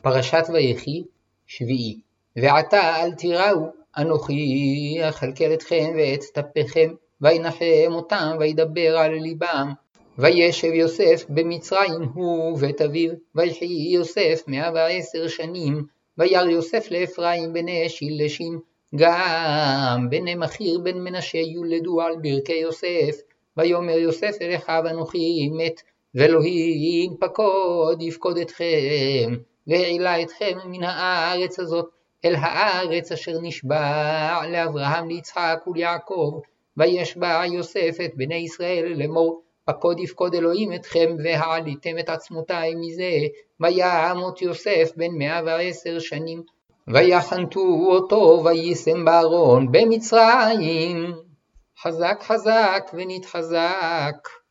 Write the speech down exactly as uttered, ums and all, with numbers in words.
פרשת ויחי שביעי. ועתה אל תיראו, אנוכי אכלכל אתכם ואת טפכם, וינחם אותם וידבר על ליבם. וישב יוסף במצרים הוא ובית אביו, ויחי יוסף מאה ועשר שנים. וירא יוסף לאפרים בני שילשים, גם בני מכיר בן מנשה יולדו על ברכי יוסף. ויאמר יוסף אל אחיו, אנוכי מת, ואלוהים פקוד יפקוד אתכם, והעלה אתכם מן הארץ הזאת אל הארץ אשר נשבע לאברהם ליצחק וליעקב. וישבע יוסף את בני ישראל לאמור, פקוד יפקוד אלוהים אתכם, והעליתם את עצמותי מזה. וימות יוסף בן מאה ועשר שנים, ויחנתו אותו ויישם בארון במצרים. חזק חזק ונתחזק.